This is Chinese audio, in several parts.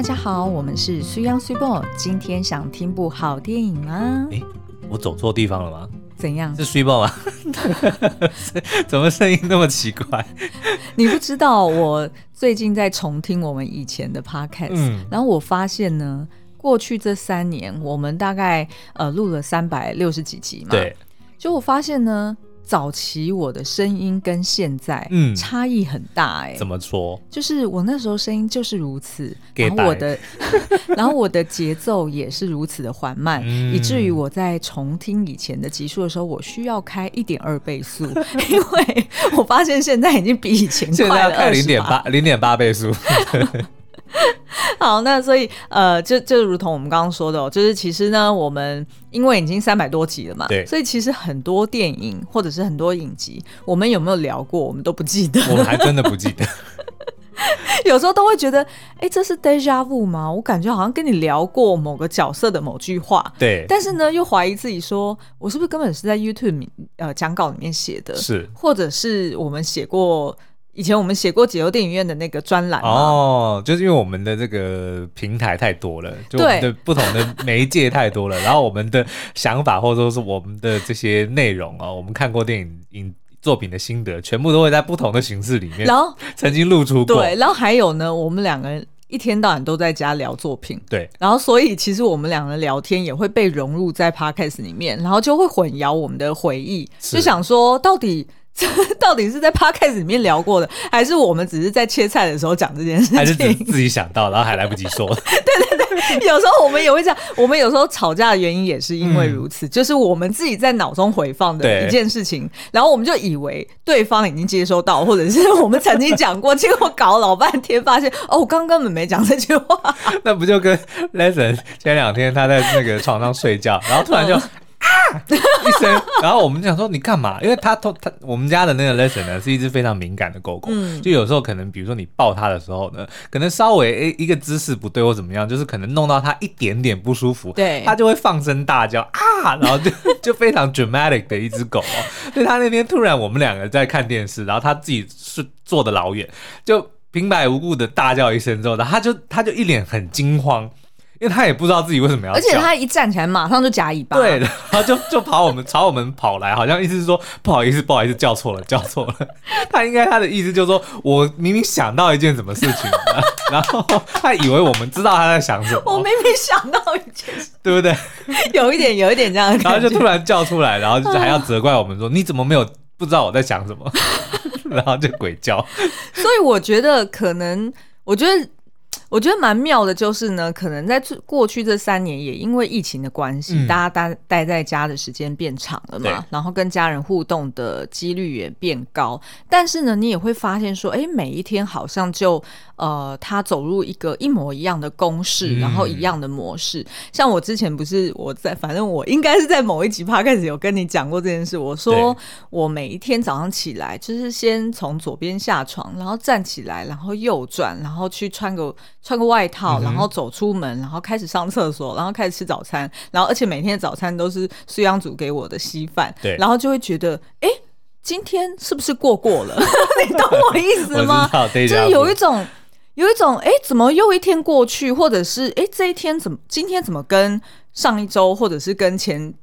大家好，我们是苏央苏播，今天想听部好电影吗？ 我走错地方了吗？ 怎样？ 是苏播吗？怎么声音那么奇怪？ 你不知道，我最近在重听我们以前的 podcast，然后我发现呢，过去这3年我们大概录了360几集嘛， 对， 就我发现呢，早期我的声音跟现在差异很大怎么说？ 就是我那时候声音就是如此，然后我的节奏也是如此的缓慢，以至于我在重听以前的集数的时候，我需要开 1.2 倍速，因为我发现现在已经比以前快了20%， 现在要开 0.8 倍速。 好，那所以就如同我们刚刚说的就是其实呢，我们因为已经300多集了嘛， 对， 所以其实很多电影或者是很多影集，我们有没有聊过，我们都不记得， 我们还真的不记得。 有时候都会觉得，这是 déjà vu 吗？我感觉好像跟你聊过某个角色的某句话， 对， 但是呢，又怀疑自己说，我是不是根本是在 YouTube 讲稿里面写的， 是， 或者是我们写过。以前我们写过解忧电影院的那个专栏就是因为我们的这个平台太多了，就我们的不同的媒介太多了，然后我们的想法或者说是我们的这些内容我们看过电影作品的心得，全部都会在不同的形式里面，然后曾经露出过。 对，然后还有呢，我们两个人一天到晚都在家聊作品， 对， 然后所以其实我们两个人聊天也会被融入在 podcast 里面，然后就会混淆我们的回忆，就想说到底是在 podcast 里面聊过的，还是我们只是在切菜的时候讲这件事情， 还是自己想到然后还来不及说。 对，有时候我们也会这样，我们有时候吵架的原因也是因为如此，就是我们自己在脑中回放的一件事情，然后我们就以为对方已经接收到，或者是我们曾经讲过，结果搞老半天发现我刚根本没讲这句话。 那不就跟 Lesson 前2天他在那个床上睡觉，然后突然就一声，然后我们讲说你干嘛？因为他我们家的那个 Lesson 呢是一只非常敏感的狗狗，就有时候可能比如说你抱它的时候呢，可能稍微一个姿势不对或怎么样，就是可能弄到它一点点不舒服， 对， 它就会放声大叫然后就非常 dramatic 的一只狗所以它那天突然我们2个在看电视，然后它自己是坐得老远，就平白无故的大叫一声之后，他就一脸很惊慌。因为他也不知道自己为什么要叫， 而且他一站起来马上就夹尾巴， 对，然后就朝我们跑来，好像意思是说不好意思叫错了。他应该他的意思就是说我明明想到一件什么事情然后他以为我们知道他在想什么， 我明明想到一件事， 对不对？ 有一点这样的感觉， 然后就突然叫出来，然后就还要责怪我们说你怎么没有不知道我在想什么然后就鬼叫。 所以我觉得可能我觉得蛮妙的，就是呢，可能在过去这3年，也因为疫情的关系，大家待在家的时间变长了嘛，然后跟家人互动的几率也变高。但是呢，你也会发现说，每一天好像就他走入一个一模一样的公式，然后一样的模式。像我之前不是反正我应该是在某一集 podcast 有跟你讲过这件事。我说我每一天早上起来，就是先从左边下床，然后站起来，然后右转，然后去穿个外套，然后走出门，然后开始上厕所，然后开始吃早餐，然后而且每天的早餐都是苏央煮给我的稀饭，然后就会觉得今天是不是过了你懂我意思吗？就是有一种怎么又一天过去，或者是这一天今天怎么跟上一周或者是跟前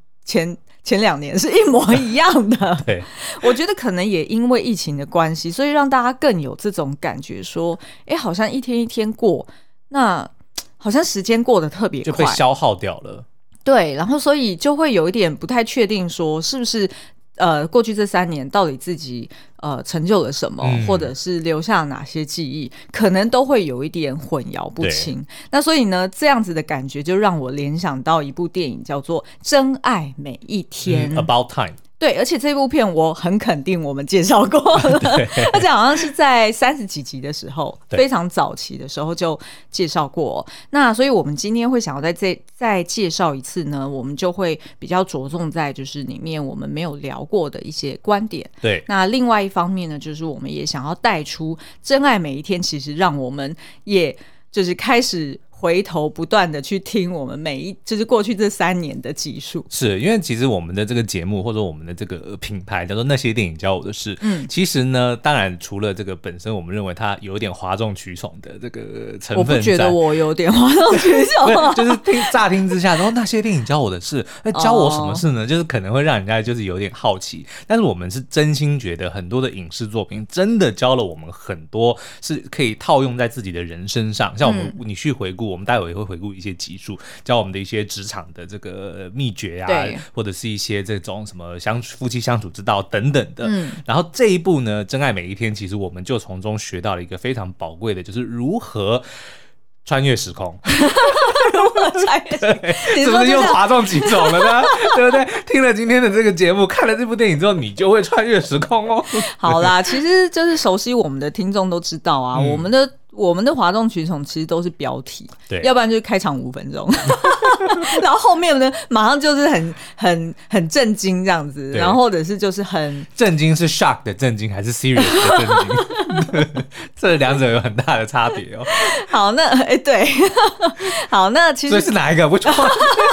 2年是一模一样的。 对， 我觉得可能也因为疫情的关系，所以让大家更有这种感觉说好像一天一天过，那好像时间过得特别快， 就被消耗掉了。 对，然后所以就会有一点不太确定说是不是过去这3年到底自己成就了什么，或者是留下了哪些记忆，可能都会有一点混淆不清。那所以呢，这样子的感觉就让我联想到一部电影叫做《真爱每一天》 About Time。对， 而且这部片我很肯定我们介绍过了而且好像是在30几集的时候，非常早期的时候就介绍过那所以我们今天会想要再介绍一次呢，我们就会比较着重在就是里面我们没有聊过的一些观点。 对， 那另外一方面呢，就是我们也想要带出真爱每一天其实让我们也就是开始回头不断的去听我们就是过去这3年的集数。 是因为其实我们的这个节目或者我们的这个品牌叫做那些电影教我的事，其实呢当然除了这个本身我们认为它有点哗众取宠的这个成分， 我不觉得我有点哗众取宠就是乍听之下然后那些电影教我的事，教我什么事呢？就是可能会让人家就是有点好奇，但是我们是真心觉得很多的影视作品真的教了我们很多是可以套用在自己的人身上，像我们你去回顾，我们待会也会回顾一些集数，教我们的一些职场的这个秘诀啊，或者是一些这种什么夫妻相处之道等等的。然后这一部呢，真爱每一天，其实我们就从中学到了一个非常宝贵的，就是如何穿越时空。 如何穿越时空？ 是不是又哗众取宠了呢？对不对？听了今天的这个节目，看了这部电影之后，你就会穿越时空哦。 好啦，其实就是熟悉我们的听众都知道啊，我们的哗众取宠其实都是标题， 对， 要不然就是开场5分钟，然后后面呢马上就是很震惊这样子，然后或者是就是很震惊是 shock 的震惊还是 serious 的震惊？这两者有很大的差别哦。 好，那对，好，那其实所以是哪一个？Which one？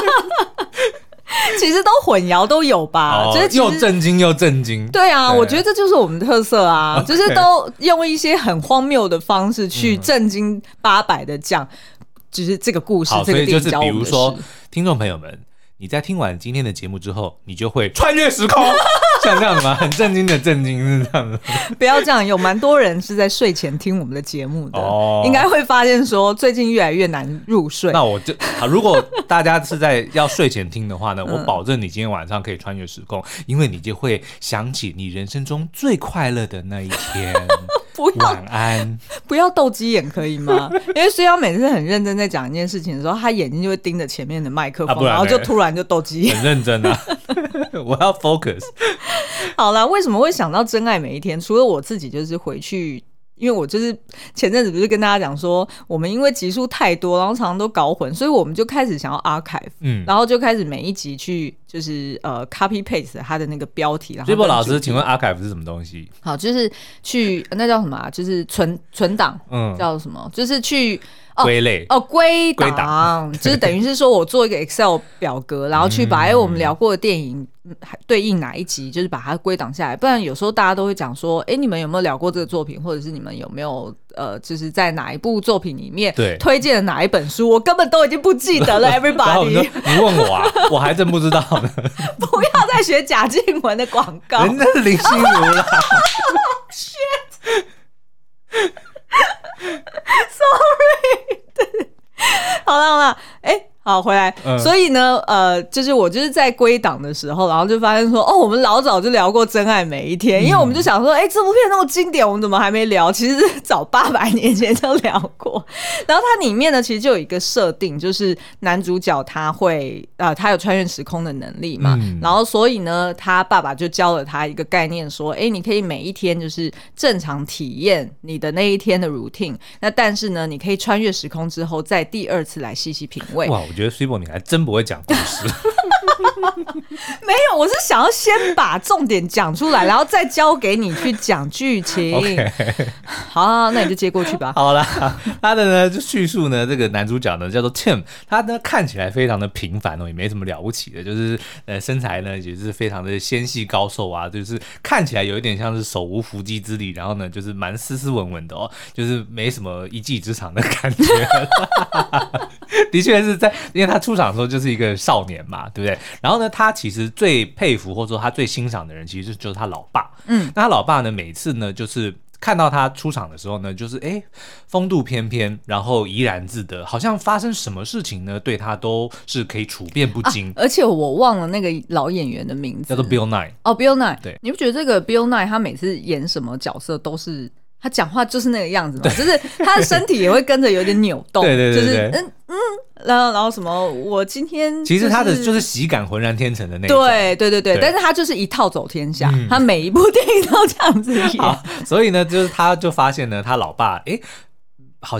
其实都混淆都有吧，就是又震惊又震惊。 对啊，我觉得这就是我们的特色啊，就是都用一些很荒谬的方式去震惊800的讲，就是这个故事，这个电影教我们的事。 比如说，听众朋友们，你在听完今天的节目之后，你就会穿越时空。像这样子吗？很震惊的震惊是这样的。 不要这样，有蛮多人是在睡前听我们的节目的，应该会发现说最近越来越难入睡。 那我就如果大家是在要睡前听的话呢，我保证你今天晚上可以穿越时空，因为你就会想起你人生中最快乐的那一天。晚安。不要斗鸡眼可以吗？因为虽然每次很认真在讲一件事情的时候，他眼睛就会盯着前面的麦克风，然后就突然就斗鸡眼。 很认真啊。我要 focus。 好啦，为什么会想到真爱每一天？除了我自己就是回去，因为我就是前阵子不是跟大家讲说，我们因为集数太多，然后常常都搞混，所以我们就开始想要 archive，然后就开始每一集去就是copy paste 它的那个标题。然后 Zibo 老师，请问 archive 是什么东西？ 好，就是去那叫什么啊？就是存档，叫什么？就是去。 归类归档就是等于是说我做一个 Excel 表格，然后去把我们聊过的电影对应哪一集，就是把它归档下来。不然有时候大家都会讲说，你们有没有聊过这个作品，或者是你们有没有就是在哪一部作品里面推荐了哪一本书，我根本都已经不记得了。Everybody， 你问我啊，我还真不知道呢。 不要再学贾静雯的广告， 人家是林心如啦。 Sorry 好了，好回来，所以呢，就是我就是在归档的时候，然后就发现说，我们老早就聊过《真爱每一天》，因为我们就想说，这部片那么经典，我们怎么还没聊？其实是早800年前就聊过。然后它里面呢，其实就有一个设定，就是男主角他会他有穿越时空的能力嘛，然后所以呢，他爸爸就教了他一个概念，说，你可以每一天就是正常体验你的那一天的 routine， 那但是呢，你可以穿越时空之后，再第2次来细细品味。 哇，我觉得 Cibo 你还真不会讲故事。 没有，我是想要先把重点讲出来，然后再交给你去讲剧情。 Okay. 好，那你就接过去吧。 好啦，他的呢就叙述呢，这个男主角呢叫做 Tim， 他呢看起来非常的平凡也没什么了不起的，就是身材呢也是非常的纤细高瘦啊，就是看起来有一点像是手无缚鸡之力，然后呢就是蛮斯斯文文的就是没什么一技之长的感觉。的确是因为他出场的时候就是一个少年嘛，对不对？然后呢，他其实最佩服或者说他最欣赏的人，其实就是他老爸。那他老爸呢，每次呢就是看到他出场的时候呢，就是风度翩翩，然后怡然自得，好像发生什么事情呢，对他都是可以处变不惊。 而且我忘了那个老演员的名字， 叫做 Bill Nye。 Bill Nye。 对， 你不觉得这个 Bill Nye 他每次演什么角色都是？他讲话就是那个样子嘛，就是他的身体也会跟着有点扭动， 对， 就是然后什么，我今天、 其实他的就是喜感浑然天成的那种， 对，但是他就是一套走天下，他每一部电影都这样子演。 好，所以呢，就是他就发现呢，他老爸好像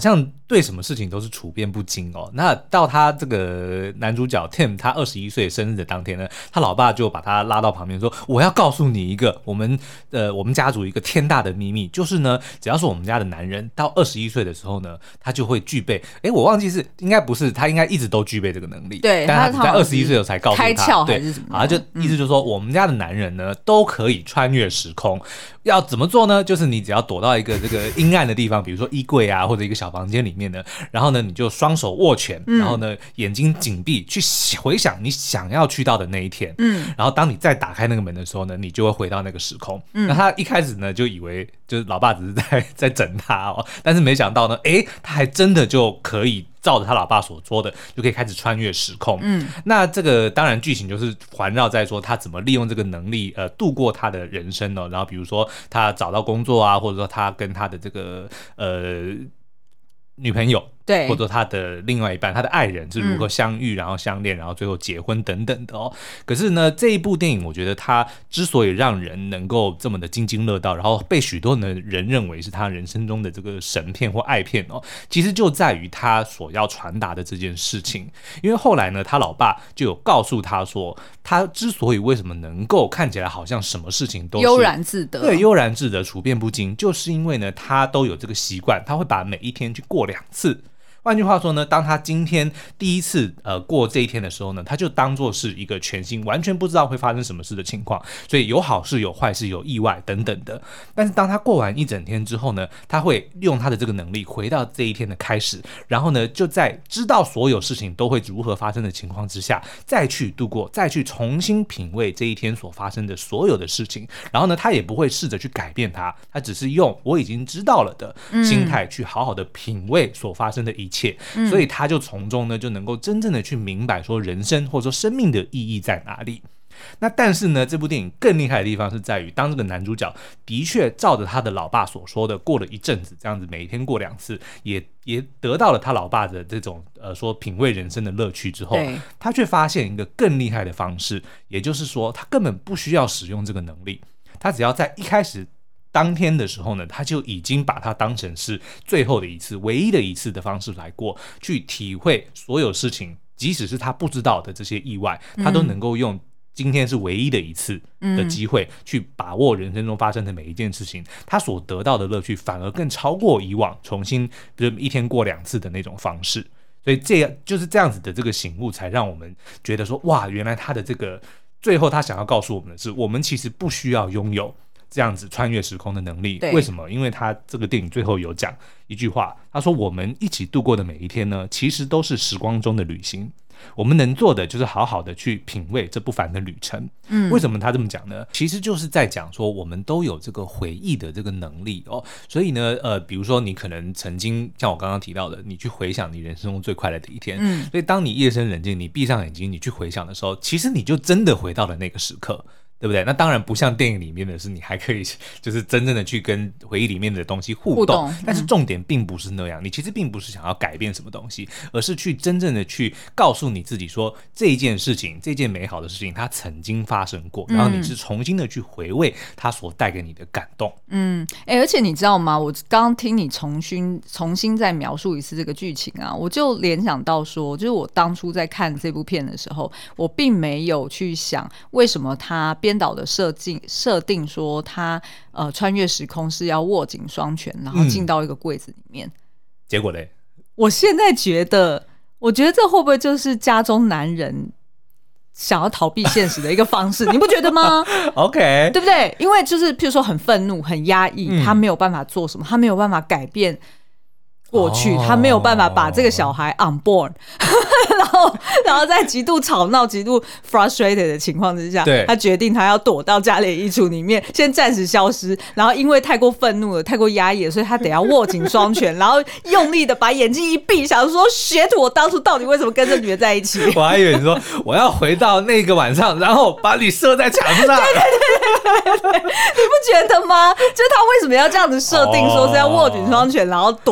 对什么事情都是处变不惊哦。那到他这个男主角 Tim 他21岁生日的当天呢，他老爸就把他拉到旁边说，我要告诉你一个我们家族一个天大的秘密，就是呢只要是我们家的男人到21岁的时候呢，他就会具备我忘记是应该不是，他应该一直都具备这个能力， 对， 但他在21岁的时候才告诉他开窍还是什么， 对，就意思就是说我们家的男人呢都可以穿越时空。要怎么做呢？就是你只要躲到一个这个阴暗的地方，比如说衣柜啊或者一个小房间里面呢，然后呢你就双手握拳，然后呢眼睛紧闭，去回想你想要去到的那一天，然后当你再打开那个门的时候呢，你就会回到那个时空。那他一开始呢就以为就是老爸只是在整他哦，但是没想到呢，他还真的就可以照着他老爸所说的，就可以开始穿越时空。那这个当然剧情就是环绕在说他怎么利用这个能力度过他的人生呢？然后比如说他找到工作啊，或者说他跟他的这个女朋友， 对， 或者他的另外一半，他的爱人是如何相遇，然后相恋，然后最后结婚等等的哦。可是呢，这一部电影我觉得它之所以让人能够这么的津津乐道，然后被许多人认为是他人生中的这个神片或爱片哦，其实就在于他所要传达的这件事情。因为后来呢，他老爸就有告诉他说，他之所以为什么能够看起来好像什么事情都是悠然自得， 对，悠然自得，处变不惊，就是因为呢，他都有这个习惯，他会把每一天去过2次。换句话说呢，当他今天第一次过这一天的时候呢，他就当作是一个全新完全不知道会发生什么事的情况，所以有好事有坏事有意外等等的。但是当他过完一整天之后呢，他会用他的这个能力回到这一天的开始，然后呢就在知道所有事情都会如何发生的情况之下，再去度过，再去重新品味这一天所发生的所有的事情。然后呢，他也不会试着去改变它，他只是用我已经知道了的心态去好好的品味所发生的一切。所以他就从中呢就能够真正的去明白说人生或者说生命的意义在哪里。那但是呢，这部电影更厉害的地方是在于，当这个男主角的确照着他的老爸所说的过了一阵子，这样子每天过2次，也得到了他老爸的这种说品味人生的乐趣之后，他却发现一个更厉害的方式，也就是说他根本不需要使用这个能力，他只要在一开始当天的时候呢，他就已经把它当成是最后的一次唯一的一次的方式来过，去体会所有事情，即使是他不知道的这些意外，他都能够用今天是唯一的一次的机会去把握人生中发生的每一件事情，他所得到的乐趣反而更超过以往重新比如一天过2次的那种方式。所以就是这样子的这个醒悟，才让我们觉得说，哇，原来他的这个最后他想要告诉我们的是，我们其实不需要拥有这样子穿越时空的能力。为什么？因为他这个电影最后有讲一句话，他说我们一起度过的每一天呢，其实都是时光中的旅行，我们能做的就是好好的去品味这不凡的旅程。为什么他这么讲呢？其实就是在讲说我们都有这个回忆的这个能力哦。所以呢比如说你可能曾经像我刚刚提到的，你去回想你人生中最快乐的一天，所以当你夜深人静，你闭上眼睛，你去回想的时候，其实你就真的回到了那个时刻，对不对？那当然不像电影里面的是你还可以就是真正的去跟回忆里面的东西互动，但是重点并不是那样，你其实并不是想要改变什么东西，而是去真正的去告诉你自己说，这一件事情，这件美好的事情它曾经发生过，然后你是重新的去回味它所带给你的感动。 而且你知道吗，我刚刚听你重新再描述一次这个剧情啊，我就联想到说，就是我当初在看这部片的时候，我并没有去想为什么他编导的设定说他穿越时空是要握紧双拳，然后进到一个柜子里面。 结果嘞， 我现在觉得这会不会就是家中男人想要逃避现实的一个方式？你不觉得吗 ？OK， 对不对？因为就是譬如说很愤怒、很压抑，他没有办法做什么，他没有办法改变过去，他没有办法把这个小孩 on board 然后在极度吵闹极度 frustrated 的情况之下，他决定他要躲到家里衣橱里面先暂时消失，然后因为太过愤怒了太过压抑了，所以他得要握紧双拳然后用力的把眼睛一闭，想说学徒我当初到底为什么跟这女的在一起。 我还以为你说我要回到那个晚上然后把你射在墙上。 对，你不觉得吗？就是他为什么要这样子设定说是要握紧双拳然后躲在一个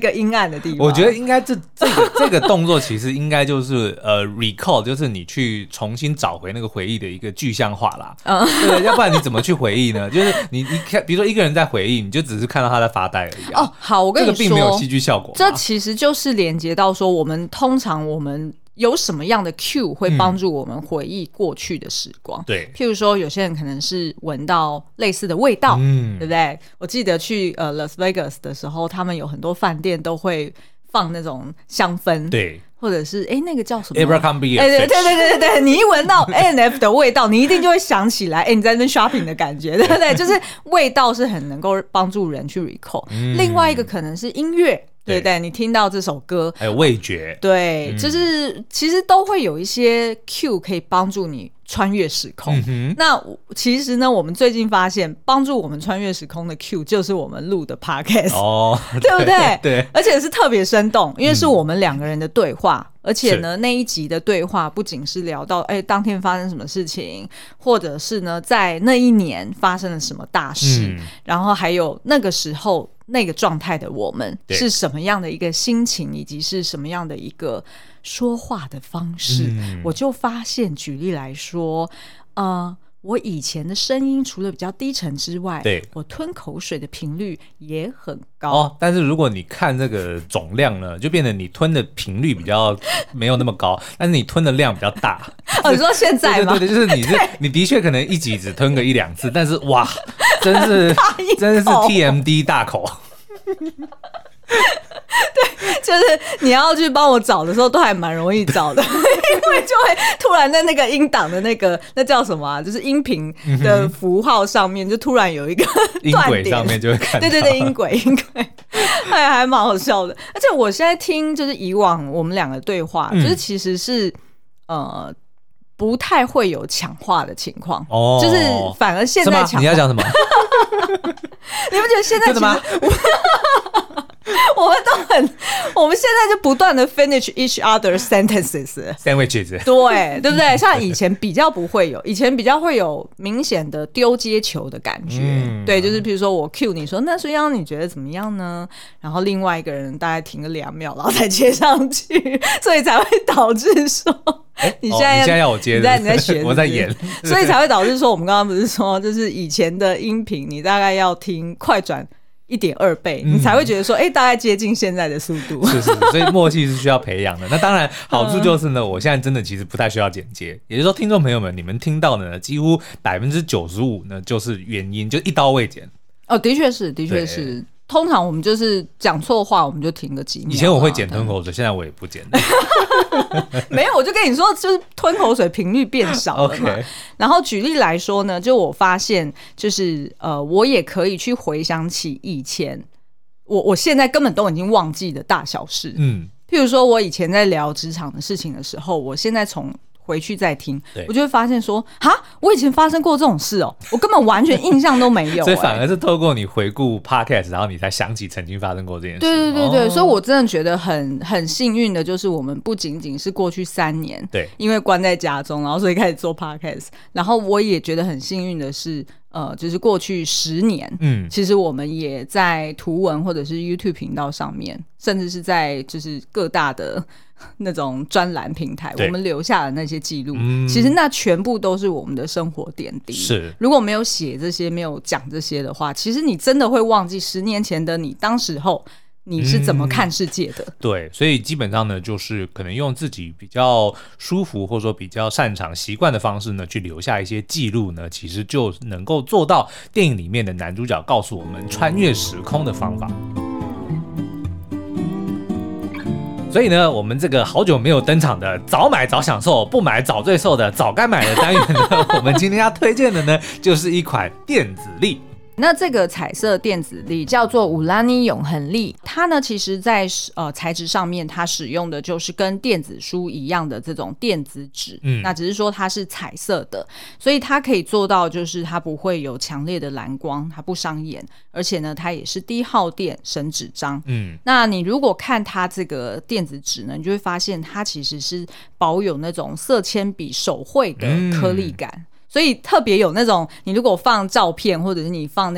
个阴暗的地方。 我觉得应该这个动作其实应该就是recall， 就是你去重新找回那个回忆的一个具象化啦。对，要不然你怎么去回忆呢？就是你看，比如说一个人在回忆，你就只是看到他在发呆而已。 哦，好，我跟你说， 这个并没有戏剧效果。 这其实就是连接到说，通常我们有什么样的 cue 会帮助我们回忆过去的时光？ 对， 譬如说，有些人可能是闻到类似的味道，对不对？我记得去Las Vegas 的时候，他们有很多饭店都会放那种香氛， 对。 或者是那个叫什么 Abercrombie， 对，你一闻到 A&F 的味道，你一定就会想起来，你在那边 shopping 的感觉，对不对？就是味道是很能够帮助人去 recall。另外一个可能是音乐。对不对？你听到这首歌， 还有味觉， 对，就是其实都会有一些 cue 可以帮助你穿越时空。那其实呢，我们最近发现，帮助我们穿越时空的 cue 就是我们录的 podcast，对不对？ 对， 而且是特别生动，因为是我们两个人的对话。而且呢，那一集的对话不仅是聊到当天发生什么事情，或者是呢在那一年发生了什么大事，然后还有那个时候那个状态的我们是什么样的一个心情，以及是什么样的一个说话的方式。我就发现，举例来说，我以前的声音除了比较低沉之外， 对， 我吞口水的频率也很高。 但是如果你看这个总量呢，就变成你吞的频率比较没有那么高，但是你吞的量比较大。 你说现在吗？ 对，就是你的确可能一集只吞个1-2次，但是哇，真是 TMD 大口。 对，就是你要去帮我找的时候都还蛮容易找的，因为就会突然在那个音档的那叫什么啊，就是音频的符号上面就突然有一个音轨上面就会看到。 对，音轨还蛮好笑的。而且我现在听就是以往我们两个对话，就是其实是不太会有抢话的情况，就是反而现在抢话。 你要讲什么？ 你不觉得现在其实我们现在就不断的 finish each other's sentences sandwiches， 对不对？像以前比较不会有，以前比较会有明显的丢接球的感觉。对，就是比如说我 cue 你说，那所以你觉得怎么样呢？然后另外一个人大概停个2秒，然后再接上去，所以才会导致说。你现在要我接， 你在学， 我在演， 所以才会导致说，我们刚刚不是说，就是以前的音频，你大概要听快转1.2倍，你才会觉得说，大概接近现在的速度。 是，所以默契是需要培养的。那当然，好处就是呢，我现在真的其实不太需要剪接，也就是说，听众朋友们，你们听到的呢，几乎95%呢就是原音，就一刀未剪。 的确是。通常我们就是讲错话，我们就停个几秒。 以前我会剪吞口水，现在我也不剪。 没有，我就跟你说，就是吞口水频率变少了嘛。 Okay. 然后举例来说呢，就我发现，就是我也可以去回想起以前我现在根本都已经忘记的大小事。譬如说我以前在聊职场的事情的时候，我现在从回去再听，我就会发现说，我以前发生过这种事我根本完全印象都没有。 所以反而是透过你回顾 podcast， 然后你才想起曾经发生过这件事。 对，所以我真的觉得很幸运的，就是我们不仅仅是过去3年， 对， 因为关在家中，然后所以开始做 podcast， 然后我也觉得很幸运的是。就是过去10年，其实我们也在图文或者是 YouTube 频道上面，甚至是在就是各大的那种专栏平台，我们留下的那些记录，其实那全部都是我们的生活点滴。 是， 如果没有写这些，没有讲这些的话，其实你真的会忘记10年前的你，当时候你是怎么看世界的。 对，所以基本上呢，就是可能用自己比较舒服或者说比较擅长习惯的方式呢，去留下一些记录呢，其实就能够做到电影里面的男主角告诉我们穿越时空的方法。所以呢，我们这个好久没有登场的早买早享受，不买早最瘦的早该买的单元呢，我们今天要推荐的呢，就是一款电子历。 那这个彩色电子历叫做乌拉尼永恒历，它呢其实在材质上面它使用的就是跟电子书一样的这种电子纸，那只是说它是彩色的，所以它可以做到就是它不会有强烈的蓝光，它不伤眼，而且呢它也是低耗电省纸张。那你如果看它这个电子纸呢，你就会发现它其实是保有那种色铅笔手绘的颗粒感，所以特别有那种你如果放照片或者是你放那个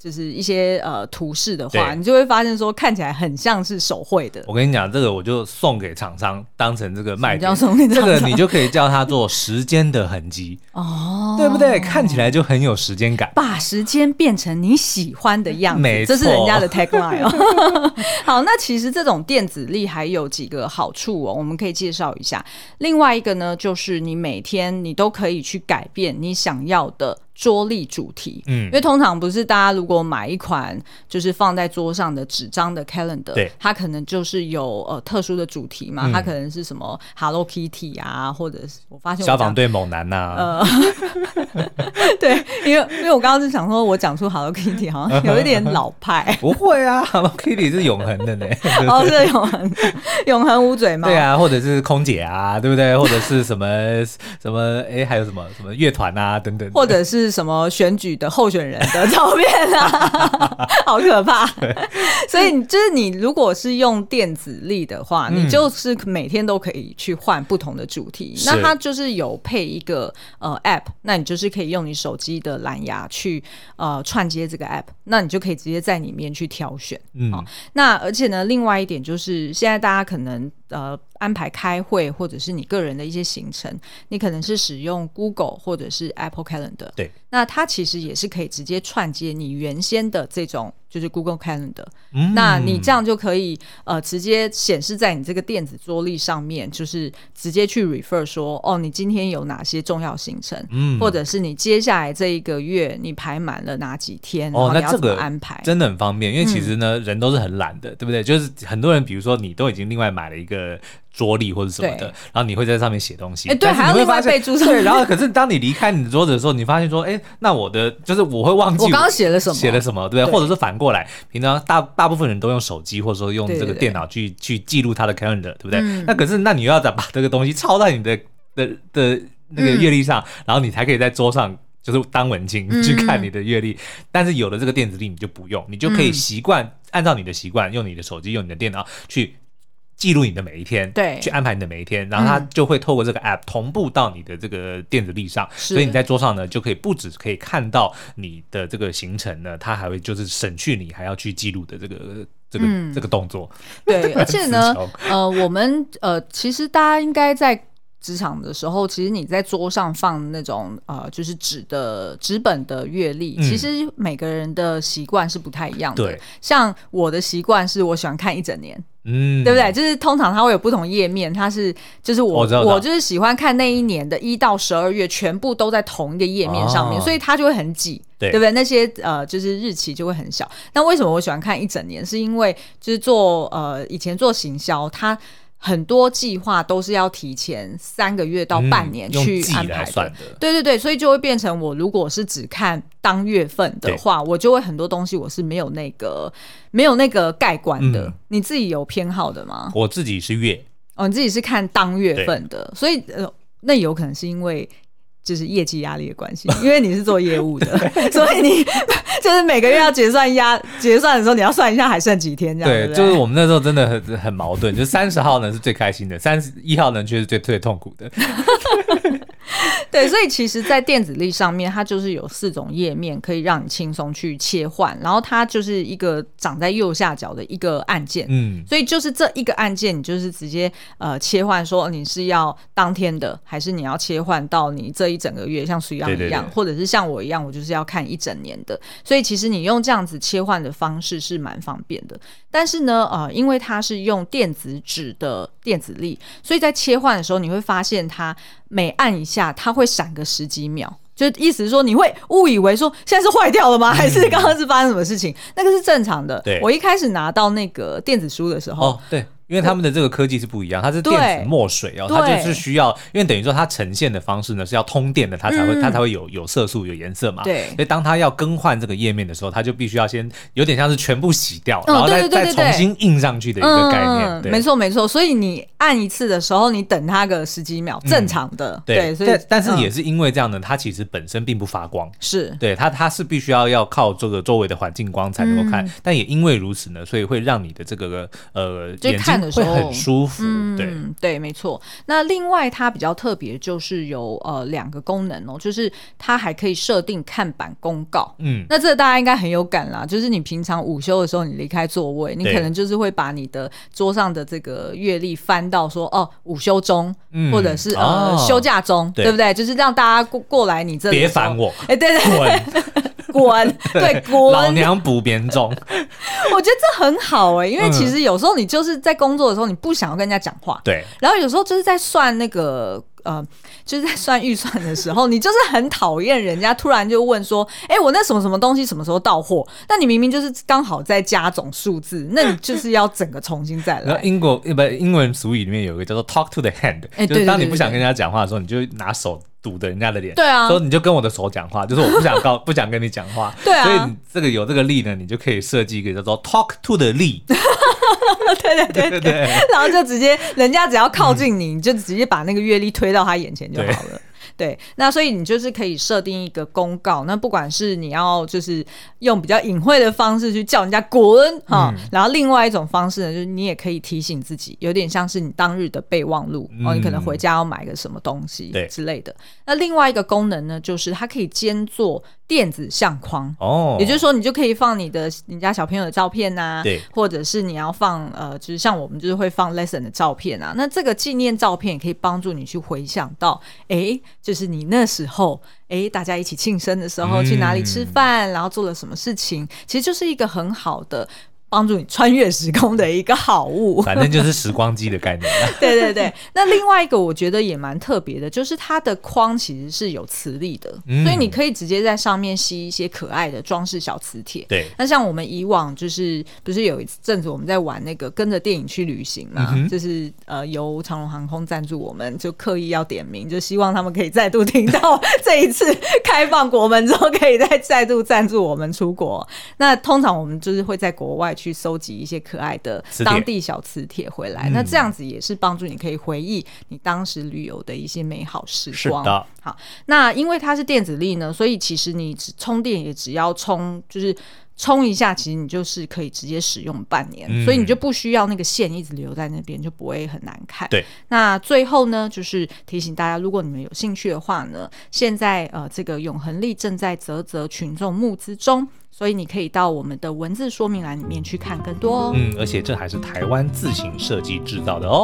就是一些图示的话， 对你就会发现说看起来很像是手绘的。 我跟你讲，这个我就送给厂商当成这个卖点， 送给厂商这个你就可以叫它做时间的痕迹哦， 对不对？看起来就很有时间感， 把时间变成你喜欢的样子， 没错， 这是人家的 tagline 哦。好，那其实这种电子历还有几个好处哦，我们可以介绍一下。另外一个呢，就是你每天你都可以去改变你想要的桌历主题，因为通常不是大家如果买一款就是放在桌上的纸张的 calendar， 对， 它可能就是有特殊的主题嘛，它可能是什么 Hello Kitty 啊，或者是我发现消防队猛男呐， 对，因为我刚刚是想说我讲出 Hello Kitty 好像有一点老派， 不会啊，Hello Kitty 是永恒的呢， 哦，是永恒无嘴吗？ 对啊，或者是空姐啊，对不对？或者是什么还有什么乐团啊等等， 或者是什么选举的候选人的照片啊，好可怕。所以就是你如果是用电子历的话，你就是每天都可以去换不同的主题。那它就是有配一个app， 那你就是可以用你手机的蓝牙去串接这个 app， 那你就可以直接在里面去挑选。那而且呢，另外一点就是现在大家可能安排开会或者是你个人的一些行程，你可能是使用 Google 或者是 Apple Calendar， 对， 那它其实也是可以直接串接你原先的这种就是 Google Calendar，那你这样就可以直接显示在你这个电子桌历上面，就是直接去 refer 说哦，你今天有哪些重要行程，或者是你接下来这一个月你排满了哪几天，然后你要怎么安排， 真的很方便。因为其实呢，人都是很懒的，对不对？就是很多人比如说你都已经另外买了一个桌历或者什么的，然后你会在上面写东西， 对，还要另外备注上。 对，然后可是当你离开你的桌子的时候，你发现说，那我的就是我会忘记我刚刚写了什么，对不对？或者是反过来，平常大部分人都用手机或者说用这个电脑去记录他的 calendar， 对不对？那可是你又要把这个东西抄在你的那个月历上，然后你才可以在桌上。就是当文青去看你的阅历，但是有了这个电子历你就不用，你就可以按照你的习惯，用你的手机用你的电脑去记录你的每一天， 对， 去安排你的每一天，然后它就会透过这个 app 同步到你的这个电子历上，所以你在桌上呢就可以不只可以看到你的这个行程呢，它还会就是省去你还要去记录的这个动作。 对，而且呢，我们其实大家应该在职场的时候，其实你在桌上放那种就是纸本的月历，其实每个人的习惯是不太一样的。对，像我的习惯是我喜欢看一整年。对不对？就是通常它会有不同页面，它是就是我就是喜欢看那一年的1到12月全部都在同一个页面上面，所以它就会很挤，对不对？那些就是日期就会很小。那为什么我喜欢看一整年？是因为就是以前做行销，它很多计划都是要提前3个月到半年去安排的，对对对，所以就会变成我如果是只看当月份的话，我就会很多东西我是没有那个概观的。你自己有偏好的吗？ 我自己是月， 你自己是看当月份的，所以那有可能是因为就是业绩压力的关系，因为你是做业务的，所以你就是每个月要结算的时候，你要算一下还剩几天这样。对， 就是我们那时候真的很矛盾，就是30号呢是最开心的，31号呢却是最痛苦的。 对，所以其实在电子历上面它就是有4种页面可以让你轻松去切换，然后它就是一个长在右下角的一个按键，所以就是这一个按键你就是直接切换说你是要当天的还是你要切换到你这一整个月，像水样一样，或者是像我一样我就是要看一整年的，所以其实你用这样子切换的方式是蛮方便的。但是呢因为它是用电子纸的电子历，所以在切换的时候你会发现它每按一下它会闪个10几秒，就意思是说你会误以为说现在是坏掉了吗？还是刚刚是发生什么事情？那个是正常的。我一开始拿到那个电子书的时候， 对，因为他们的这个科技是不一样，它是电子墨水它就是需要，因为等于说它呈现的方式呢是要通电的，它才会有色素有颜色嘛。对，所以当它要更换这个页面的时候，它就必须要先有点像是全部洗掉，然后再重新印上去的一个概念。 没错没错，所以你按一次的时候，你等它个10几秒，正常的。对，所以但是也是因为这样呢，它其实本身并不发光， 是对它是必须要靠这个周围的环境光才能够看，但也因为如此呢，所以会让你的这个眼睛看的时候会很舒服。 对，没错。那另外它比较特别就是有2个功能哦，就是它还可以设定看板公告。那这个大家应该很有感啦，就是你平常午休的时候，你离开座位，你可能就是会把你的桌上的这个月历翻到说午休中，或者是休假中，对不对？就是让大家过来你这里， 别烦我， 对对对，滚，对滚， 老娘不编钟。 我觉得这很好因为其实有时候你就是在工作的时候，你不想要跟人家讲话， 对， 然后有时候就是在算那个就是在算预算的时候，你就是很讨厌人家突然就问说，我那什么什么东西什么时候到货？但你明明就是刚好在加总数字，那你就是要整个重新再来。 然后英文俗语里面有一个叫做 talk to the hand，就是当你不想跟人家讲话的时候，你就拿手堵着人家的脸， 对啊， 所以你就跟我的手讲话，就是我不想跟你讲话， 对啊， 所以你有这个力呢，你就可以设计一个叫做 talk to the 力。 对，然后就直接人家只要靠近你，你就直接把那个月历推到他眼前就好了。对，那所以你就是可以设定一个公告，那不管是你要就是用比较隐晦的方式去叫人家滚然后另外一种方式呢，就是你也可以提醒自己，有点像是你当日的备忘录你可能回家要买个什么东西之类的。那另外一个功能呢，就是它可以兼做电子相框也就是说你就可以放你家小朋友的照片对，或者是你要放就是像我们就是会放 lesson 的照片那这个纪念照片也可以帮助你去回想到就是你那时候大家一起庆生的时候去哪里吃饭然后做了什么事情，其实就是一个很好的帮助你穿越时空的一个好物， 反正就是时光机的概念对，那另外一个我觉得也蛮特别的，就是它的框其实是有磁力的所以你可以直接在上面吸一些可爱的装饰小磁铁。 对， 那像我们以往就是不是有一阵子我们在玩那个跟着电影去旅行嘛就是由长荣航空赞助我们，就刻意要点名，就希望他们可以再度听到这一次开放国门之后可以再度赞助我们出国。那通常我们就是会在国外去收集一些可爱的当地小磁铁回来那这样子也是帮助你可以回忆你当时旅游的一些美好时光。 是的。 好，那因为它是电子力呢，所以其实你充电也只要就是充一下，其实你就是可以直接使用半年所以你就不需要那个线一直留在那边，就不会很难看。 对， 那最后呢，就是提醒大家，如果你们有兴趣的话呢，现在这个永恒力正在嘖群众募资中，所以你可以到我们的文字说明栏里面去看更多而且这还是台湾自行设计制造的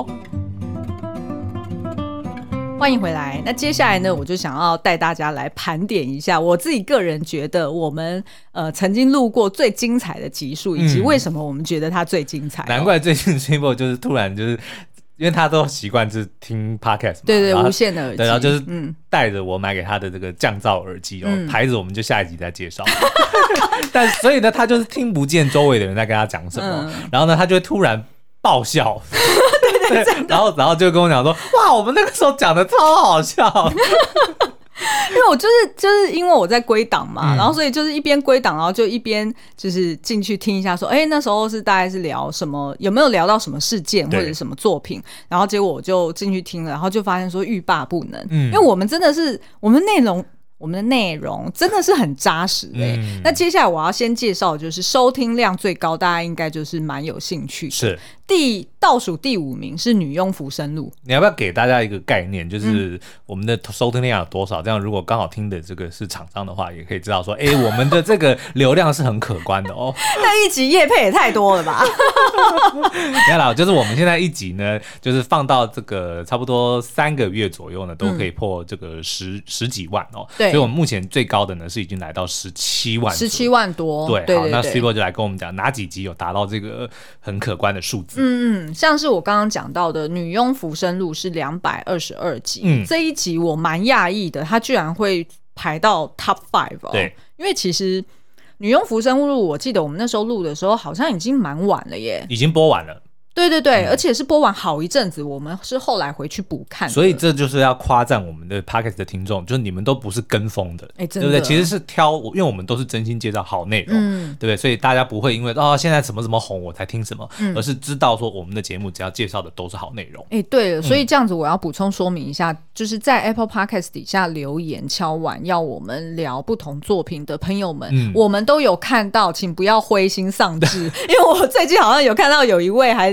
欢迎回来。那接下来呢，我就想要带大家来盘点一下我自己个人觉得我们曾经录过最精彩的集数，以及为什么我们觉得它最精彩难怪最近 Simple 就是突然就是因为他都习惯就是听 podcast 嘛， 对无线的耳机， 对，然后就是带着我买给他的这个降噪耳机牌子我们就下一集再介绍但所以呢他就是听不见周围的人在跟他讲什么然后呢他就会突然爆笑对然后就跟我讲说哇我们那个时候讲的超好笑因为我就是因为我在归档嘛然后所以就是一边归档然后就一边就是进去听一下说那时候是大概是聊什么，有没有聊到什么事件或者什么作品，然后结果我就进去听了，然后就发现说欲罢不能因为我们真的是我们的内容真的是很扎实那接下来我要先介绍的就是收听量最高，大家应该就是蛮有兴趣的， 是倒数第5名是女佣浮生录。 你要不要给大家一个概念，就是我们的收听量有多少，这样如果刚好听的这个是厂商的话也可以知道说我们的这个流量是很可观的那一集业配也太多了吧你看啦，就是我们现在一集呢就是放到这个差不多3个月左右呢都可以破这个十几万对，所以我们目前最高的呢是已经来到17万多对，好，那 Cibo 就来跟我们讲哪几集有达到这个很可观的数字像是我刚刚讲到的女佣浮生录是222集这一集我蛮讶异的，它居然会排到 Top 5 对， 因为其实女佣浮生录我记得我们那时候录的时候好像已经蛮晚了耶， 已经播完了对而且是播完好一阵子，我们是后来回去补看的， 所以这就是要夸赞我们的 Podcast 的听众，就是你们都不是跟风的真的对不对？其实是挑，因为我们都是真心介绍好内容对不对？所以大家不会因为现在什么什么红我才听什么而是知道说我们的节目只要介绍的都是好内容对了，所以这样子我要补充说明一下就是在 Apple Podcast 底下留言敲碗要我们聊不同作品的朋友们我们都有看到，请不要灰心丧志因为我最近好像有看到有一位还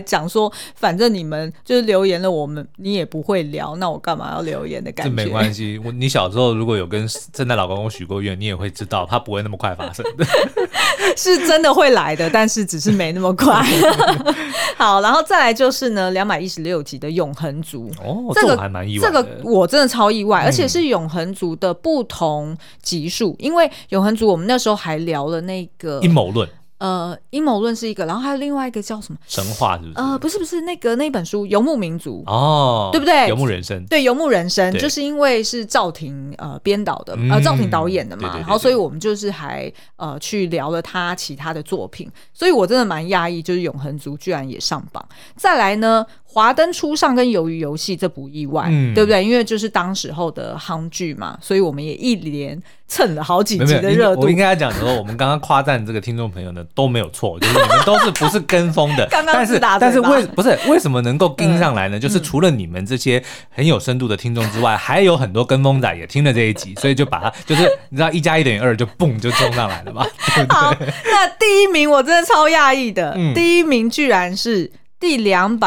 讲说，反正你们就是留言了，你也不会聊，那我干嘛要留言的感觉？ 这没关系，你小时候如果有跟圣诞老公公许过愿，你也会知道，它不会那么快发生的。 是真的会来的，但是只是没那么快。好，然后再来就是呢，216集的永恒族。 这个我还蛮意外的。 这个我真的超意外，而且是永恒族的不同集数，因为永恒族我们那时候还聊了那个阴谋论。 阴谋论是一个，然后还有另外一个叫什么神话，是不是？ 不是那本书《游牧民族》 对不对？ 游牧人生， 对，游牧人生，就是因为是赵婷编导的，赵婷导演的嘛， 对， 然后所以我们就是还去聊了他其他的作品，所以我真的蛮讶异，就是永恒族居然也上榜。再来呢，华灯初上跟鱿鱼游戏这不意外，对不对？因为就是当时候的夯剧嘛，所以我们也一连蹭了好几集的热度。 我应该讲说，我们刚刚夸赞这个听众朋友呢都没有错，就是你们都是不是跟风的， 刚刚但是为什么能够跟上来呢？就是除了你们这些很有深度的听众之外，还有很多跟风仔也听了这一集，所以就把它就是你知道1+1=2就蹦就冲上来了嘛，对不对？ 好，那第一名我真的超讶异的，第一名居然是第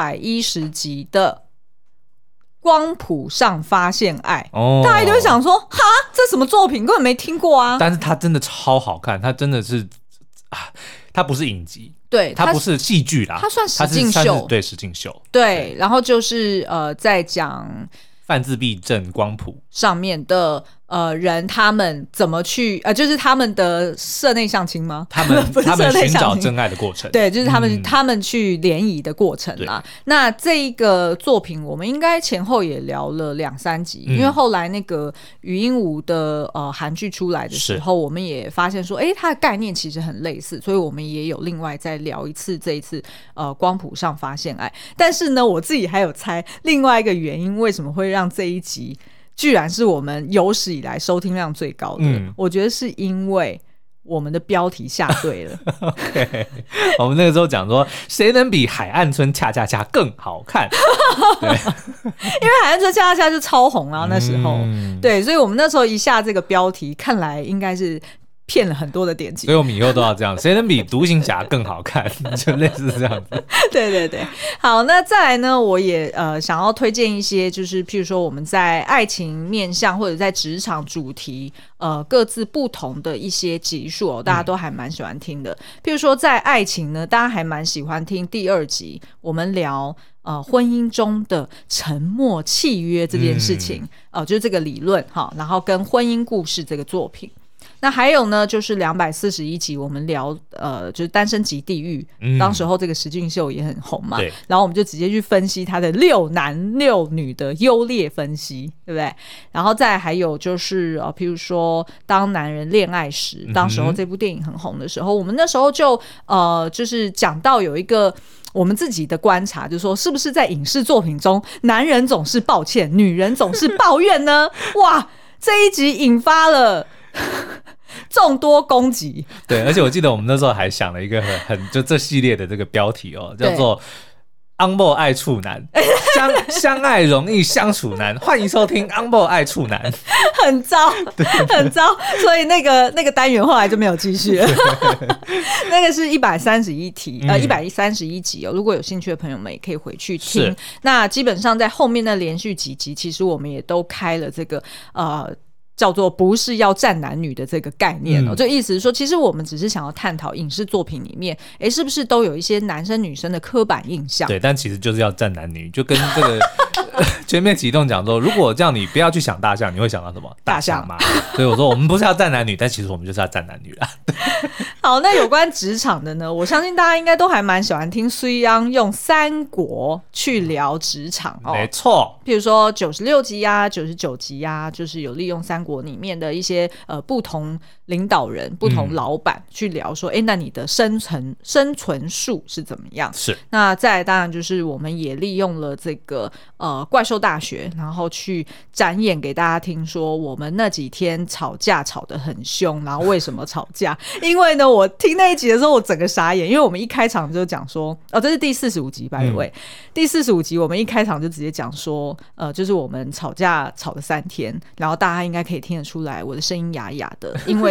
210集的光谱上发现爱，大家就会想说，哈，这什么作品根本没听过啊！ 但是它真的超好看，它真的是它不是影集， 对， 它不是戏剧啦， 它算实境秀， 对，实境秀， 对，然后就是在讲泛自闭症光谱上面的人他们怎么去就是他们的社内相亲吗？ 他们寻找真爱的过程， 对，就是他们去联谊的过程啦。那这一个作品我们应该前后也聊了2-3集，因为后来那个语音舞的韩剧出来的时候，我们也发现说，它的概念其实很类似，所以我们也有另外再聊一次这一次光谱上发现爱。但是呢，我自己还有猜另外一个原因，为什么会让这一集居然是我们有史以来收听量最高的，我觉得是因为我们的标题下对了。 okay, 我们那个时候讲说，谁能比海岸村恰恰恰更好看？对， 因为海岸村恰恰恰就超红啊，那时候，对，所以我们那时候一下这个标题，看来应该是骗了很多的点击， 所以我们以后都要这样，谁能比独行侠更好看？就类似这样子。 对对对，好，那再来呢，我也想要推荐一些，就是譬如说我们在爱情面向或者在职场主题各自不同的一些集数大家都还蛮喜欢听的。譬如说在爱情呢，大家还蛮喜欢听第2集，我们聊婚姻中的沉默契约这件事情，就是这个理论哈，然后跟婚姻故事这个作品。那还有呢，就是241集我们聊就是单身级地狱，当时候这个实境秀也很红嘛，然后我们就直接去分析它的6男6女的优劣分析，对不对？然后再还有就是譬如说当男人恋爱时，当时候这部电影很红的时候，我们那时候就是讲到有一个我们自己的观察，就是说是不是在影视作品中男人总是抱歉，女人总是抱怨呢？哇，这一集引发了众多攻击。 对，而且我记得我们那时候还想了一个就这系列的这个标题叫做昂某爱处男，相爱容易相处难，欢迎收听昂某爱处男。 很糟，很糟，所以那个单元后来就没有继续了。那个是131题，131集如果有兴趣的朋友们也可以回去听。那基本上在后面的连续几集，其实我们也都开了这个叫做不是要战男女的这个概念就意思是说，其实我们只是想要探讨影视作品里面是不是都有一些男生女生的刻板印象。 对，但其实就是要战男女，就跟这个全面启动讲说，如果叫你不要去想大象，你会想到什么？大象嘛。所以我说我们不是要战男女，但其实我们就是要战男女啦。 好，那有关职场的呢，我相信大家应该都还蛮喜欢听虽央用三国去聊职场没错， 譬如说96集啊99集啊，就是有利用三国里面的一些不同领导人不同老板去聊说那你的生存术是怎么样。 是， 那再来当然就是我们也利用了这个怪兽大学，然后去展演给大家听说我们那几天吵架吵得很凶，然后为什么吵架。因为呢我听那一集的时候我整个傻眼，因为我们一开场就讲说这是第45集by the way，第45集我们一开场就直接讲说就是我们吵架吵了3天，然后大家应该可以听得出来我的声音哑哑的，因为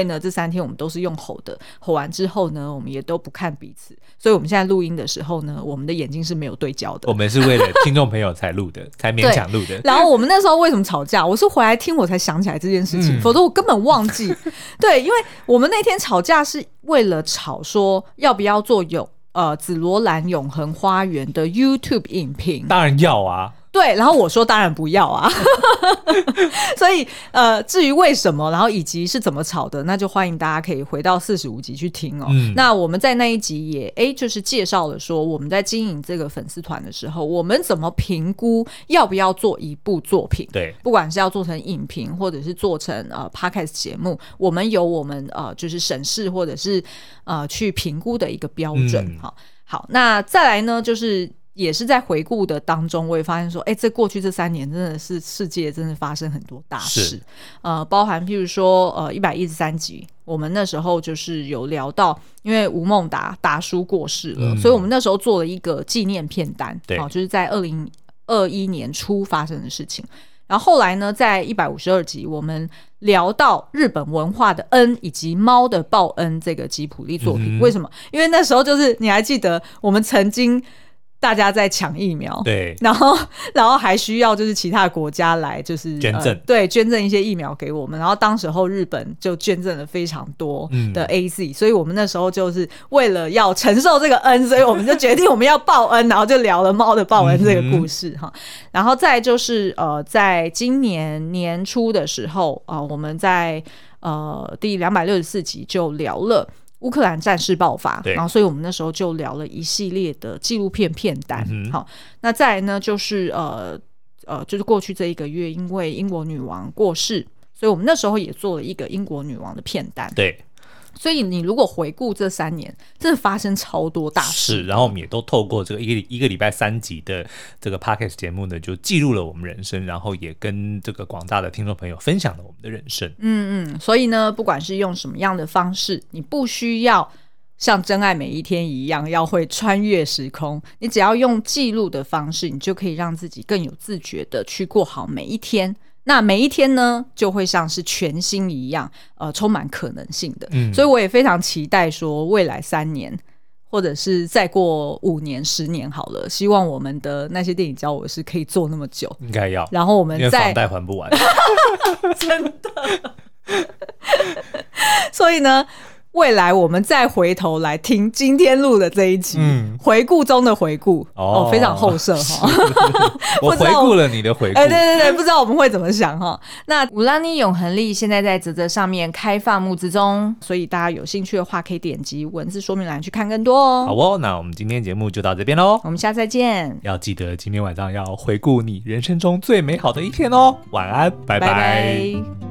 呢这3天我们都是用吼的，吼完之后呢我们也都不看彼此，所以我们现在录音的时候呢我们的眼睛是没有对焦的。 我们是为了听众朋友才录的才勉强录的。 然后我们那时候为什么吵架，我是回来听我才想起来这件事情，否则我根本忘记。对，因为我们那天吵架是为了吵说要不要做紫罗兰永恒花园的 YouTube 影评。 当然要啊。 对，然后我说当然不要啊。所以至于为什么，然后以及是怎么吵的，那就欢迎大家可以回到45集去听哦。那我们在那一集也就是介绍了说我们在经营这个粉丝团的时候，我们怎么评估要不要做一部作品。 对， 不管是要做成影评或者是做成podcast 节目，我们有我们就是审视或者是去评估的一个标准。好，那再来呢就是也是在回顾的当中，我也发现说这过去这3年真的是世界真的发生很多大事。包含譬如说113集我们那时候就是有聊到，因为吴孟达叔过世了，所以我们那时候做了一个纪念片单，就是在2021年初发生的事情。然后后来呢在152集我们聊到日本文化的恩以及猫的报恩这个吉卜力作品。为什么？因为那时候就是你还记得我们曾经大家在抢疫苗，对，然后还需要就是其他国家来就是捐赠， 对，捐赠一些疫苗给我们，然后当时候日本就捐赠了非常多的 AZ，所以我们那时候就是为了要承受这个恩，所以我们就决定我们要报恩，然后就聊了猫的报恩这个故事哈。然后再就是在今年年初的时候我们在第264集就聊了乌克兰战事爆发，然后所以我们那时候就聊了一系列的纪录片片单。好，那再来呢就是就是过去这1个月因为英国女王过世，所以我们那时候也做了一个英国女王的片单。对，所以你如果回顾这3年真的发生超多大事。 是，然后我们也都透过这个一个礼拜3集的这个 podcast 节目呢，就记录了我们人生，然后也跟这个广大的听众朋友分享了我们的人生。 所以呢不管是用什么样的方式，你不需要像真爱每一天一样要会穿越时空，你只要用记录的方式，你就可以让自己更有自觉的去过好每一天。那每一天呢就会像是全新一样充满可能性的。所以我也非常期待说未来3年或者是再过5年10年好了，希望我们的那些电影教我是可以做那么久， 应该要， 然后我们因为房贷还不完。 真的。所以呢未来我们再回头来听今天录的这一集，回顾中的回顾非常后设我回顾了你的回顾， 对，不知道我们会怎么想那乌拉尼永恒力现在在嘖上面开放募资中，所以大家有兴趣的话可以点击文字说明栏去看更多哦。 好哦，那我们今天节目就到这边咯， 我们下次再见。 要记得今天晚上要回顾你人生中最美好的一天哦。晚安，拜拜。